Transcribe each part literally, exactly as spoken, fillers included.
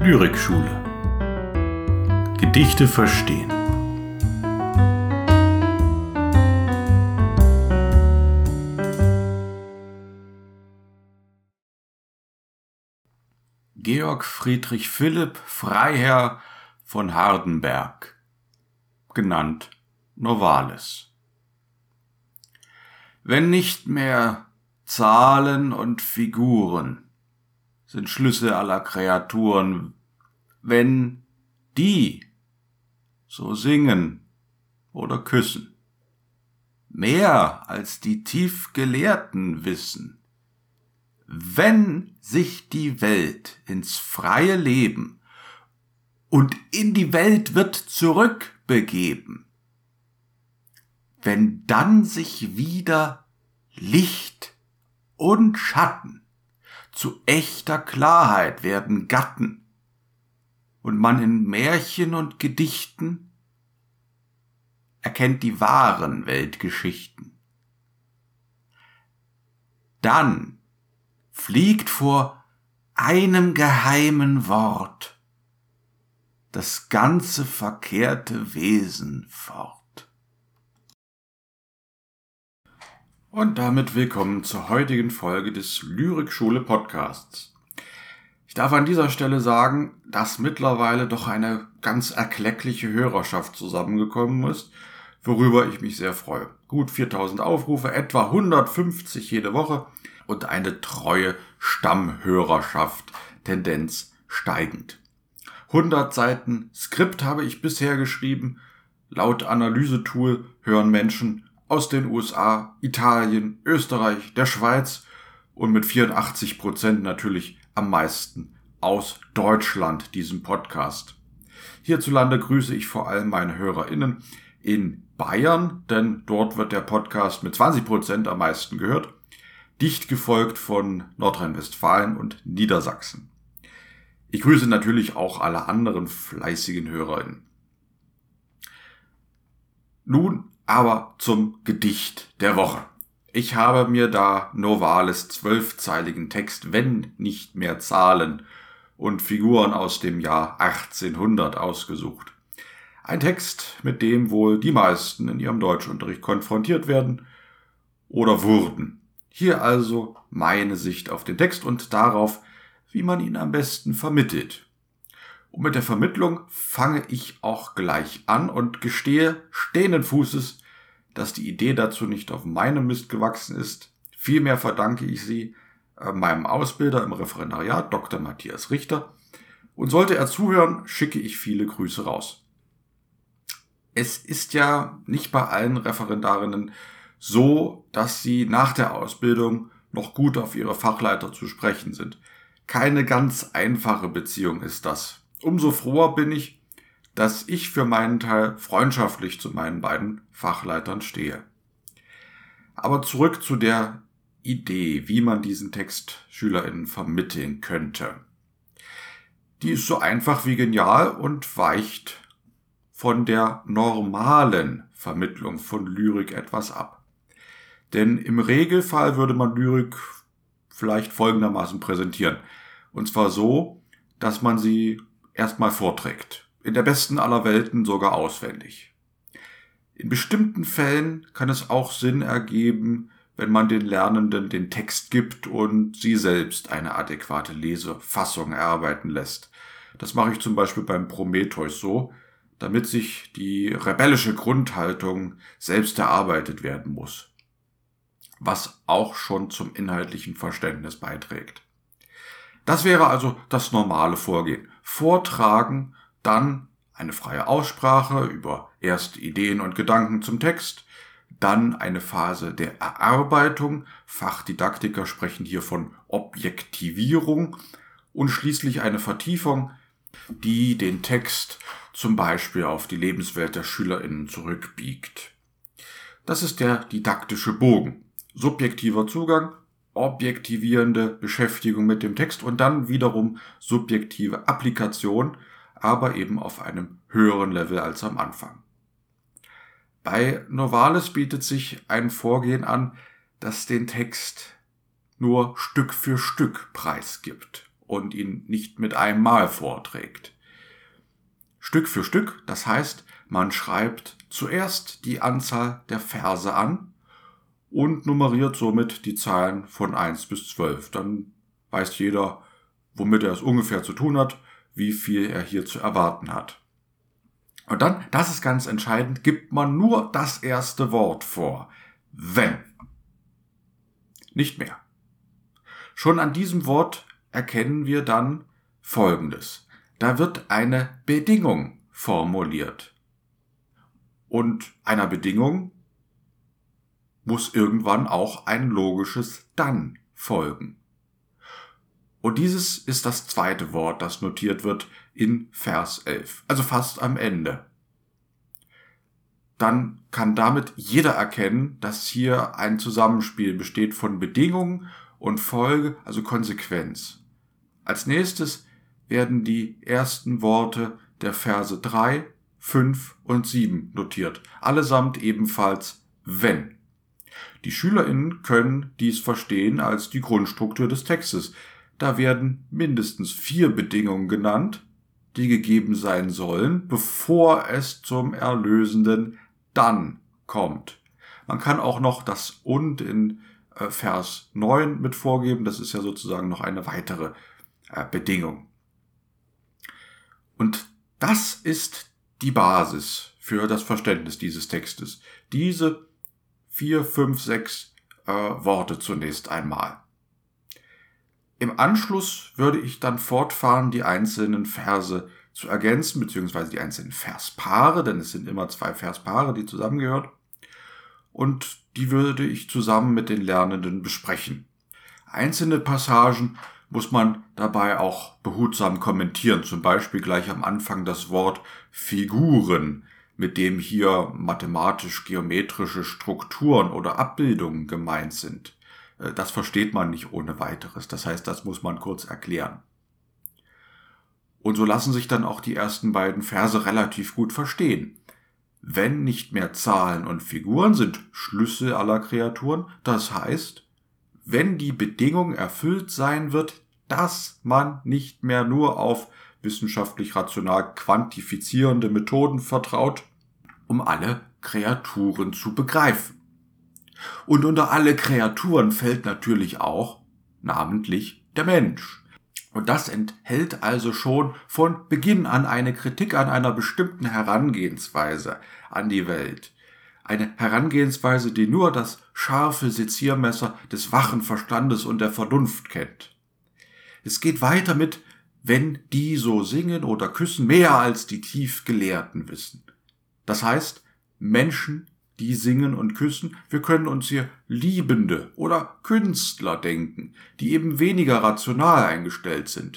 Lyrikschule. Gedichte verstehen. Georg Friedrich Philipp Freiherr von Hardenberg, genannt Novalis. Wenn nicht mehr Zahlen und Figuren sind Schlüsse aller Kreaturen, wenn die so singen oder küssen, mehr als die Tiefgelehrten wissen, wenn sich die Welt ins freie Leben und in die Welt wird zurückbegeben, wenn dann sich wieder Licht und Schatten zu echter Klarheit werden gatten und man in Märchen und Gedichten erkennt die wahren Weltgeschichten, dann fliegt vor einem geheimen Wort das ganze verkehrte Wesen fort. Und damit willkommen zur heutigen Folge des Lyrikschule Podcasts. Ich darf an dieser Stelle sagen, dass mittlerweile doch eine ganz erkleckliche Hörerschaft zusammengekommen ist, worüber ich mich sehr freue. Gut viertausend Aufrufe, etwa hundertfünfzig jede Woche und eine treue Stammhörerschaft, Tendenz steigend. hundert Seiten Skript habe ich bisher geschrieben. Laut Analysetool hören Menschen aus den U S A, Italien, Österreich, der Schweiz und mit vierundachtzig Prozent natürlich am meisten aus Deutschland diesen Podcast. Hierzulande grüße ich vor allem meine HörerInnen in Bayern, denn dort wird der Podcast mit zwanzig Prozent am meisten gehört, dicht gefolgt von Nordrhein-Westfalen und Niedersachsen. Ich grüße natürlich auch alle anderen fleißigen HörerInnen. Nun aber zum Gedicht der Woche. Ich habe mir da Novalis zwölfzeiligen Text Wenn nicht mehr Zahlen und Figuren aus dem Jahr achtzehnhundert ausgesucht. Ein Text, mit dem wohl die meisten in ihrem Deutschunterricht konfrontiert werden oder wurden. Hier also meine Sicht auf den Text und darauf, wie man ihn am besten vermittelt. Und mit der Vermittlung fange ich auch gleich an und gestehe stehenden Fußes, dass die Idee dazu nicht auf meinem Mist gewachsen ist. Vielmehr verdanke ich sie äh, meinem Ausbilder im Referendariat, Doktor Matthias Richter. Und sollte er zuhören, schicke ich viele Grüße raus. Es ist ja nicht bei allen Referendarinnen so, dass sie nach der Ausbildung noch gut auf ihre Fachleiter zu sprechen sind. Keine ganz einfache Beziehung ist das. Umso froher bin ich, dass ich für meinen Teil freundschaftlich zu meinen beiden Fachleitern stehe. Aber zurück zu der Idee, wie man diesen Text SchülerInnen vermitteln könnte. Die ist so einfach wie genial und weicht von der normalen Vermittlung von Lyrik etwas ab. Denn im Regelfall würde man Lyrik vielleicht folgendermaßen präsentieren. Und zwar so, dass man sie erstmal vorträgt. In der besten aller Welten sogar auswendig. In bestimmten Fällen kann es auch Sinn ergeben, wenn man den Lernenden den Text gibt und sie selbst eine adäquate Lesefassung erarbeiten lässt. Das mache ich zum Beispiel beim Prometheus so, damit sich die rebellische Grundhaltung selbst erarbeitet werden muss. Was auch schon zum inhaltlichen Verständnis beiträgt. Das wäre also das normale Vorgehen. Vortragen, dann eine freie Aussprache über erste Ideen und Gedanken zum Text, dann eine Phase der Erarbeitung, Fachdidaktiker sprechen hier von Objektivierung und schließlich eine Vertiefung, die den Text zum Beispiel auf die Lebenswelt der SchülerInnen zurückbiegt. Das ist der didaktische Bogen. Subjektiver Zugang, objektivierende Beschäftigung mit dem Text und dann wiederum subjektive Applikation, aber eben auf einem höheren Level als am Anfang. Bei Novalis bietet sich ein Vorgehen an, das den Text nur Stück für Stück preisgibt und ihn nicht mit einem Mal vorträgt. Stück für Stück, das heißt, man schreibt zuerst die Anzahl der Verse an und nummeriert somit die Zahlen von eins bis zwölf. Dann weiß jeder, womit er es ungefähr zu tun hat, wie viel er hier zu erwarten hat. Und dann, das ist ganz entscheidend, gibt man nur das erste Wort vor. Wenn. Nicht mehr. Schon an diesem Wort erkennen wir dann Folgendes. Da wird eine Bedingung formuliert. Und einer Bedingung muss irgendwann auch ein logisches Dann folgen. Und dieses ist das zweite Wort, das notiert wird in Vers elf, also fast am Ende. Dann kann damit jeder erkennen, dass hier ein Zusammenspiel besteht von Bedingung und Folge, also Konsequenz. Als nächstes werden die ersten Worte der Verse drei, fünf und sieben notiert, allesamt ebenfalls wenn. Die SchülerInnen können dies verstehen als die Grundstruktur des Textes. Da werden mindestens vier Bedingungen genannt, die gegeben sein sollen, bevor es zum erlösenden Dann kommt. Man kann auch noch das Und in äh, Vers neun mit vorgeben. Das ist ja sozusagen noch eine weitere äh, Bedingung. Und das ist die Basis für das Verständnis dieses Textes. Diese vier, fünf, sechs äh, Worte zunächst einmal. Im Anschluss würde ich dann fortfahren, die einzelnen Verse zu ergänzen, beziehungsweise die einzelnen Verspaare, denn es sind immer zwei Verspaare, die zusammengehören. Und die würde ich zusammen mit den Lernenden besprechen. Einzelne Passagen muss man dabei auch behutsam kommentieren, zum Beispiel gleich am Anfang das Wort Figuren, mit dem hier mathematisch-geometrische Strukturen oder Abbildungen gemeint sind. Das versteht man nicht ohne weiteres. Das heißt, das muss man kurz erklären. Und so lassen sich dann auch die ersten beiden Verse relativ gut verstehen. Wenn nicht mehr Zahlen und Figuren sind Schlüssel aller Kreaturen, das heißt, wenn die Bedingung erfüllt sein wird, dass man nicht mehr nur auf wissenschaftlich rational quantifizierende Methoden vertraut, um alle Kreaturen zu begreifen. Und unter alle Kreaturen fällt natürlich auch namentlich der Mensch. Und das enthält also schon von Beginn an eine Kritik an einer bestimmten Herangehensweise an die Welt. Eine Herangehensweise, die nur das scharfe Seziermesser des wachen Verstandes und der Vernunft kennt. Es geht weiter mit, wenn die so singen oder küssen, mehr als die Tiefgelehrten wissen. Das heißt, Menschen, die singen und küssen, wir können uns hier Liebende oder Künstler denken, die eben weniger rational eingestellt sind.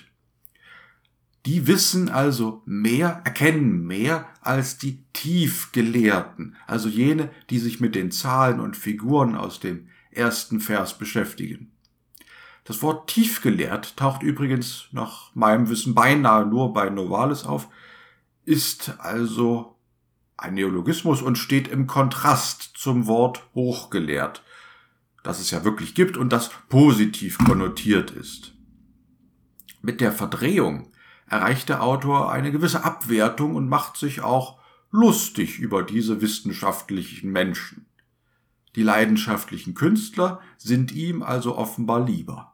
Die wissen also mehr, erkennen mehr als die Tiefgelehrten, also jene, die sich mit den Zahlen und Figuren aus dem ersten Vers beschäftigen. Das Wort tiefgelehrt taucht übrigens nach meinem Wissen beinahe nur bei Novalis auf, ist also ein Neologismus und steht im Kontrast zum Wort hochgelehrt, das es ja wirklich gibt und das positiv konnotiert ist. Mit der Verdrehung erreicht der Autor eine gewisse Abwertung und macht sich auch lustig über diese wissenschaftlichen Menschen. Die leidenschaftlichen Künstler sind ihm also offenbar lieber.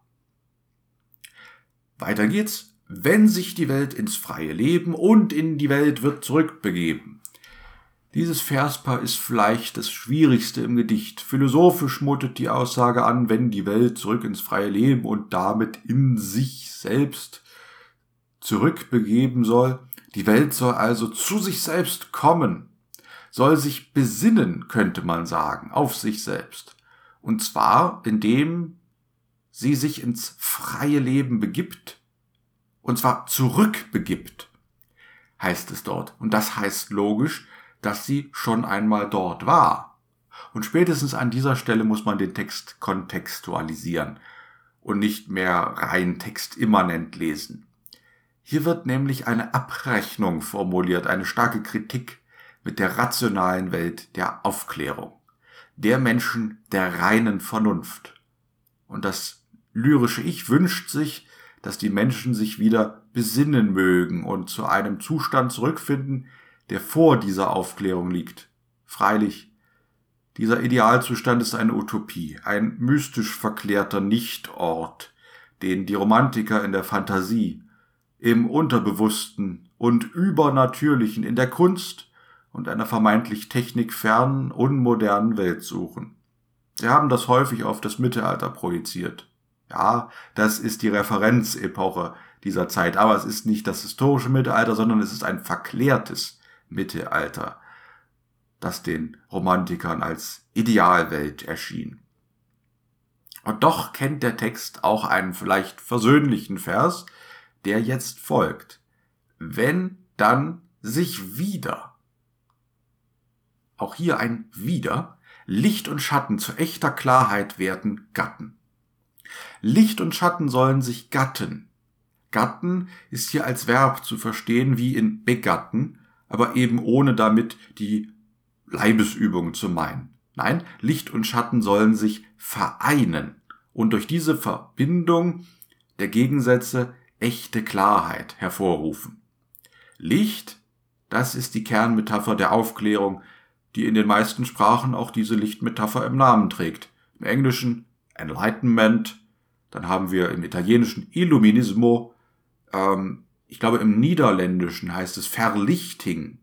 Weiter geht's. Wenn sich die Welt ins freie Leben und in die Welt wird zurückbegeben. Dieses Verspaar ist vielleicht das Schwierigste im Gedicht. Philosophisch mutet die Aussage an, wenn die Welt zurück ins freie Leben und damit in sich selbst zurückbegeben soll. Die Welt soll also zu sich selbst kommen, soll sich besinnen, könnte man sagen, auf sich selbst. Und zwar, indem sie sich ins freie Leben begibt, und zwar zurückbegibt, heißt es dort. Und das heißt logisch, dass sie schon einmal dort war. Und spätestens an dieser Stelle muss man den Text kontextualisieren und nicht mehr rein textimmanent lesen. Hier wird nämlich eine Abrechnung formuliert, eine starke Kritik mit der rationalen Welt der Aufklärung, der Menschen der reinen Vernunft. Und das lyrische Ich wünscht sich, dass die Menschen sich wieder besinnen mögen und zu einem Zustand zurückfinden, der vor dieser Aufklärung liegt. Freilich, dieser Idealzustand ist eine Utopie, ein mystisch verklärter Nichtort, den die Romantiker in der Fantasie, im Unterbewussten und Übernatürlichen in der Kunst und einer vermeintlich technikfernen, unmodernen Welt suchen. Sie haben das häufig auf das Mittelalter projiziert. Ja, das ist die Referenzepoche dieser Zeit, aber es ist nicht das historische Mittelalter, sondern es ist ein verklärtes Mittelalter, das den Romantikern als Idealwelt erschien. Und doch kennt der Text auch einen vielleicht versöhnlichen Vers, der jetzt folgt. Wenn dann sich wieder, auch hier ein wieder, Licht und Schatten zu echter Klarheit werden gatten. Licht und Schatten sollen sich gatten. Gatten ist hier als Verb zu verstehen wie in begatten, aber eben ohne damit die Leibesübung zu meinen. Nein, Licht und Schatten sollen sich vereinen und durch diese Verbindung der Gegensätze echte Klarheit hervorrufen. Licht, das ist die Kernmetapher der Aufklärung, die in den meisten Sprachen auch diese Lichtmetapher im Namen trägt. Im Englischen Enlightenment, dann haben wir im Italienischen Illuminismo, ähm, ich glaube im Niederländischen heißt es Verlichting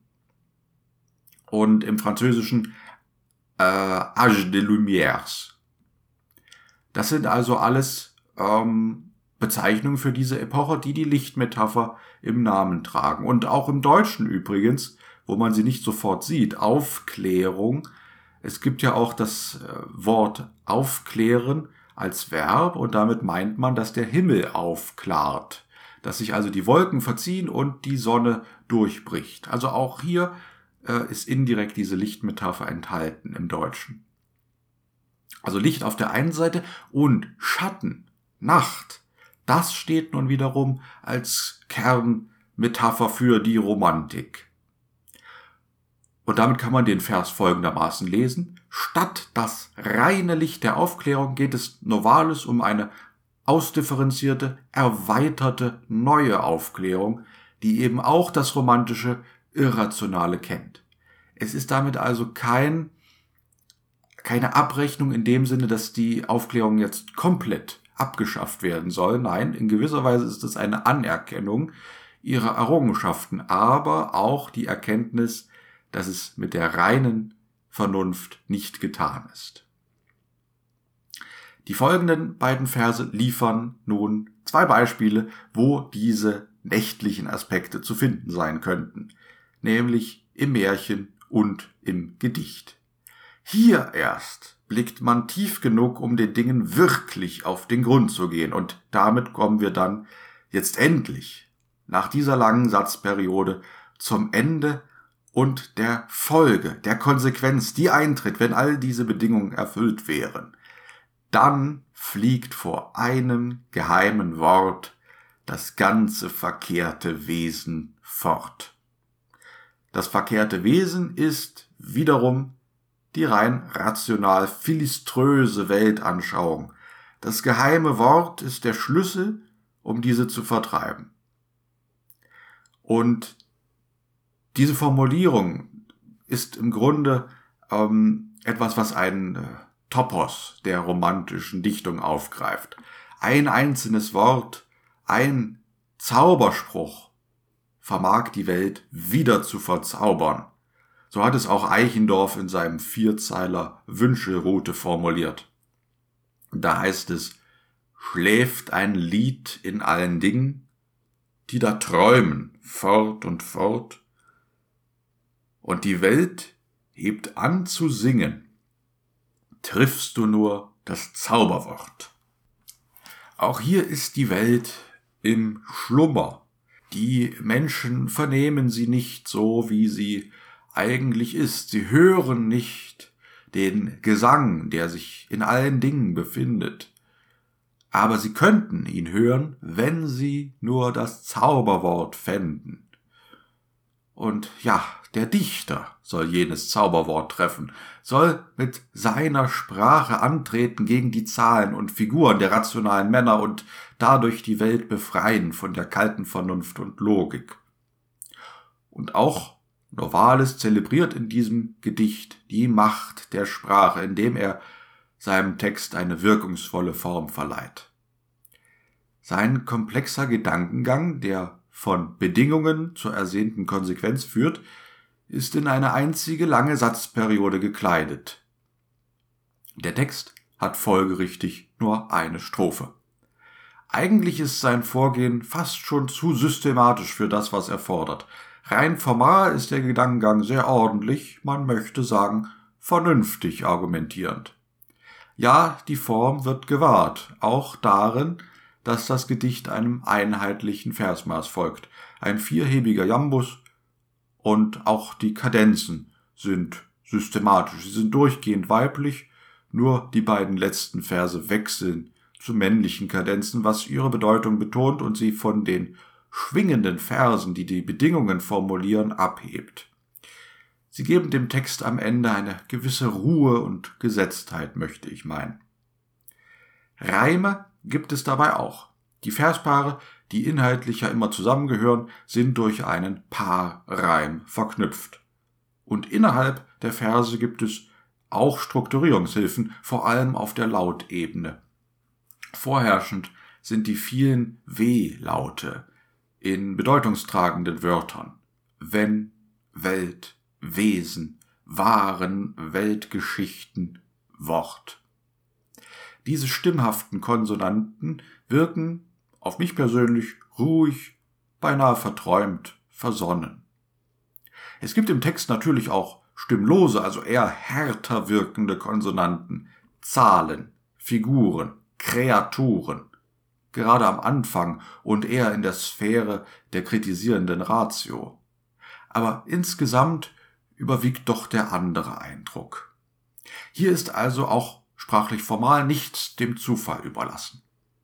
und im Französischen äh, Âge des Lumières. Das sind also alles ähm, Bezeichnungen für diese Epoche, die die Lichtmetapher im Namen tragen. Und auch im Deutschen übrigens, wo man sie nicht sofort sieht, Aufklärung. Es gibt ja auch das äh, Wort aufklären als Verb und damit meint man, dass der Himmel aufklart, dass sich also die Wolken verziehen und die Sonne durchbricht. Also auch hier äh, ist indirekt diese Lichtmetapher enthalten im Deutschen. Also Licht auf der einen Seite und Schatten, Nacht, das steht nun wiederum als Kernmetapher für die Romantik. Und damit kann man den Vers folgendermaßen lesen. Statt das reine Licht der Aufklärung geht es Novalis um eine ausdifferenzierte, erweiterte, neue Aufklärung, die eben auch das romantische Irrationale kennt. Es ist damit also kein, keine Abrechnung in dem Sinne, dass die Aufklärung jetzt komplett abgeschafft werden soll. Nein, in gewisser Weise ist es eine Anerkennung ihrer Errungenschaften, aber auch die Erkenntnis, dass es mit der reinen Vernunft nicht getan ist. Die folgenden beiden Verse liefern nun zwei Beispiele, wo diese nächtlichen Aspekte zu finden sein könnten, nämlich im Märchen und im Gedicht. Hier erst blickt man tief genug, um den Dingen wirklich auf den Grund zu gehen, und damit kommen wir dann jetzt endlich nach dieser langen Satzperiode zum Ende und der Folge, der Konsequenz, die eintritt, wenn all diese Bedingungen erfüllt wären. Dann fliegt vor einem geheimen Wort das ganze verkehrte Wesen fort. Das verkehrte Wesen ist wiederum die rein rational philiströse Weltanschauung. Das geheime Wort ist der Schlüssel, um diese zu vertreiben. Und diese Formulierung ist im Grunde ähm, etwas, was ein äh, Topos der romantischen Dichtung aufgreift. Ein einzelnes Wort, ein Zauberspruch vermag die Welt wieder zu verzaubern. So hat es auch Eichendorff in seinem Vierzeiler Wünschelrute formuliert. Da heißt es: Schläft ein Lied in allen Dingen, die da träumen fort und fort, und die Welt hebt an zu singen, triffst du nur das Zauberwort. Auch hier ist die Welt im Schlummer. Die Menschen vernehmen sie nicht so, wie sie eigentlich ist. Sie hören nicht den Gesang, der sich in allen Dingen befindet. Aber sie könnten ihn hören, wenn sie nur das Zauberwort fänden. Und ja, der Dichter soll jenes Zauberwort treffen, soll mit seiner Sprache antreten gegen die Zahlen und Figuren der rationalen Männer und dadurch die Welt befreien von der kalten Vernunft und Logik. Und auch Novalis zelebriert in diesem Gedicht die Macht der Sprache, indem er seinem Text eine wirkungsvolle Form verleiht. Sein komplexer Gedankengang, der von Bedingungen zur ersehnten Konsequenz führt, ist in eine einzige lange Satzperiode gekleidet. Der Text hat folgerichtig nur eine Strophe. Eigentlich ist sein Vorgehen fast schon zu systematisch für das, was er fordert. Rein formal ist der Gedankengang sehr ordentlich, man möchte sagen, vernünftig argumentierend. Ja, die Form wird gewahrt, auch darin, dass das Gedicht einem einheitlichen Versmaß folgt. Ein vierhebiger Jambus und auch die Kadenzen sind systematisch. Sie sind durchgehend weiblich, nur die beiden letzten Verse wechseln zu männlichen Kadenzen, was ihre Bedeutung betont und sie von den schwingenden Versen, die die Bedingungen formulieren, abhebt. Sie geben dem Text am Ende eine gewisse Ruhe und Gesetztheit, möchte ich meinen. Reime gibt es dabei auch. Die Verspaare, die inhaltlich ja immer zusammengehören, sind durch einen Paarreim verknüpft. Und innerhalb der Verse gibt es auch Strukturierungshilfen, vor allem auf der Lautebene. Vorherrschend sind die vielen W-Laute in bedeutungstragenden Wörtern. Wenn, Welt, Wesen, Waren, Weltgeschichten, Wort. Diese stimmhaften Konsonanten wirken auf mich persönlich ruhig, beinahe verträumt, versonnen. Es gibt im Text natürlich auch stimmlose, also eher härter wirkende Konsonanten, Zahlen, Figuren, Kreaturen, gerade am Anfang und eher in der Sphäre der kritisierenden Ratio. Aber insgesamt überwiegt doch der andere Eindruck. Hier ist also auch sprachlich formal nichts dem Zufall überlassen.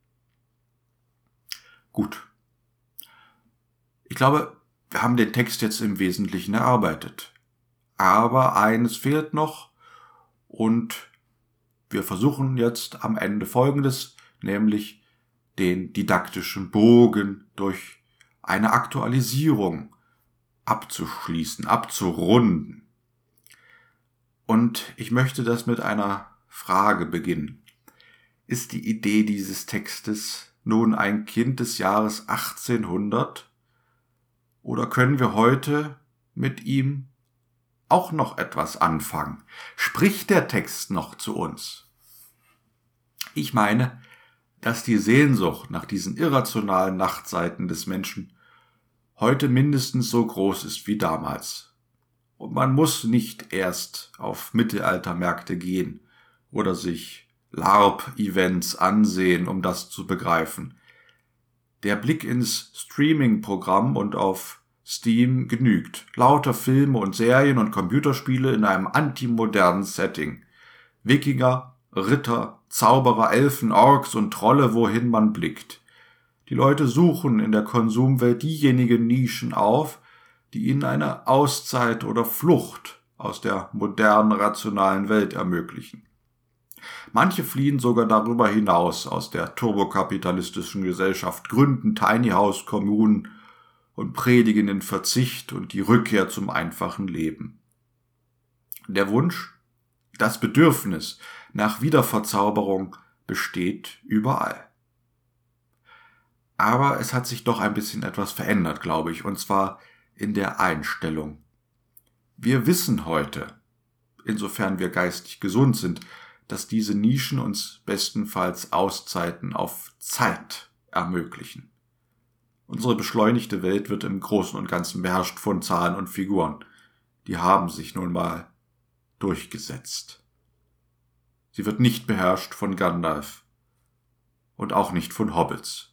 Gut. Ich glaube, wir haben den Text jetzt im Wesentlichen erarbeitet. Aber eines fehlt noch und wir versuchen jetzt am Ende Folgendes, nämlich den didaktischen Bogen durch eine Aktualisierung abzuschließen, abzurunden. Und ich möchte das mit einer Frage beginnen. Ist die Idee dieses Textes nun ein Kind des Jahres achtzehnhundert oder können wir heute mit ihm auch noch etwas anfangen? Spricht der Text noch zu uns? Ich meine, dass die Sehnsucht nach diesen irrationalen Nachtseiten des Menschen heute mindestens so groß ist wie damals. Und man muss nicht erst auf Mittelaltermärkte gehen oder sich LARP-Events ansehen, um das zu begreifen. Der Blick ins Streaming-Programm und auf Steam genügt. Lauter Filme und Serien und Computerspiele in einem antimodernen Setting. Wikinger, Ritter, Zauberer, Elfen, Orks und Trolle, wohin man blickt. Die Leute suchen in der Konsumwelt diejenigen Nischen auf, die ihnen eine Auszeit oder Flucht aus der modernen, rationalen Welt ermöglichen. Manche fliehen sogar darüber hinaus aus der turbokapitalistischen Gesellschaft, gründen Tiny House Kommunen und predigen den Verzicht und die Rückkehr zum einfachen Leben. Der Wunsch, das Bedürfnis nach Wiederverzauberung besteht überall. Aber es hat sich doch ein bisschen etwas verändert, glaube ich, und zwar in der Einstellung. Wir wissen heute, insofern wir geistig gesund sind, dass diese Nischen uns bestenfalls Auszeiten auf Zeit ermöglichen. Unsere beschleunigte Welt wird im Großen und Ganzen beherrscht von Zahlen und Figuren. Die haben sich nun mal durchgesetzt. Sie wird nicht beherrscht von Gandalf und auch nicht von Hobbits.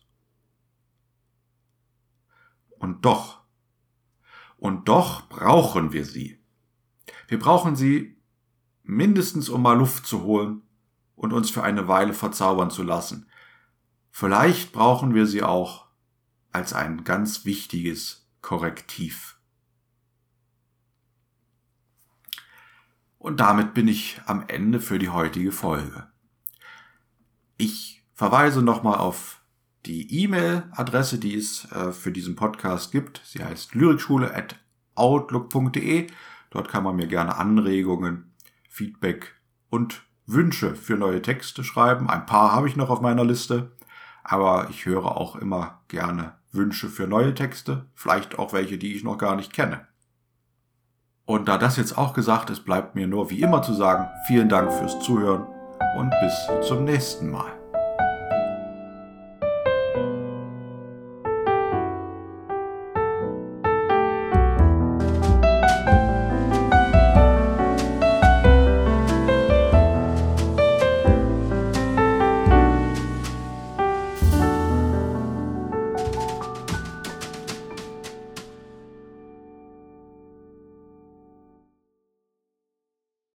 Und doch, und doch brauchen wir sie. Wir brauchen sie mindestens, um mal Luft zu holen und uns für eine Weile verzaubern zu lassen. Vielleicht brauchen wir sie auch als ein ganz wichtiges Korrektiv. Und damit bin ich am Ende für die heutige Folge. Ich verweise nochmal auf die E-Mail-Adresse, die es äh, für diesen Podcast gibt. Sie heißt lyrikschule at outlook punkt de. Dort kann man mir gerne Anregungen, Feedback und Wünsche für neue Texte schreiben. Ein paar habe ich noch auf meiner Liste, aber ich höre auch immer gerne Wünsche für neue Texte, vielleicht auch welche, die ich noch gar nicht kenne. Und da das jetzt auch gesagt ist, bleibt mir nur wie immer zu sagen, vielen Dank fürs Zuhören und bis zum nächsten Mal.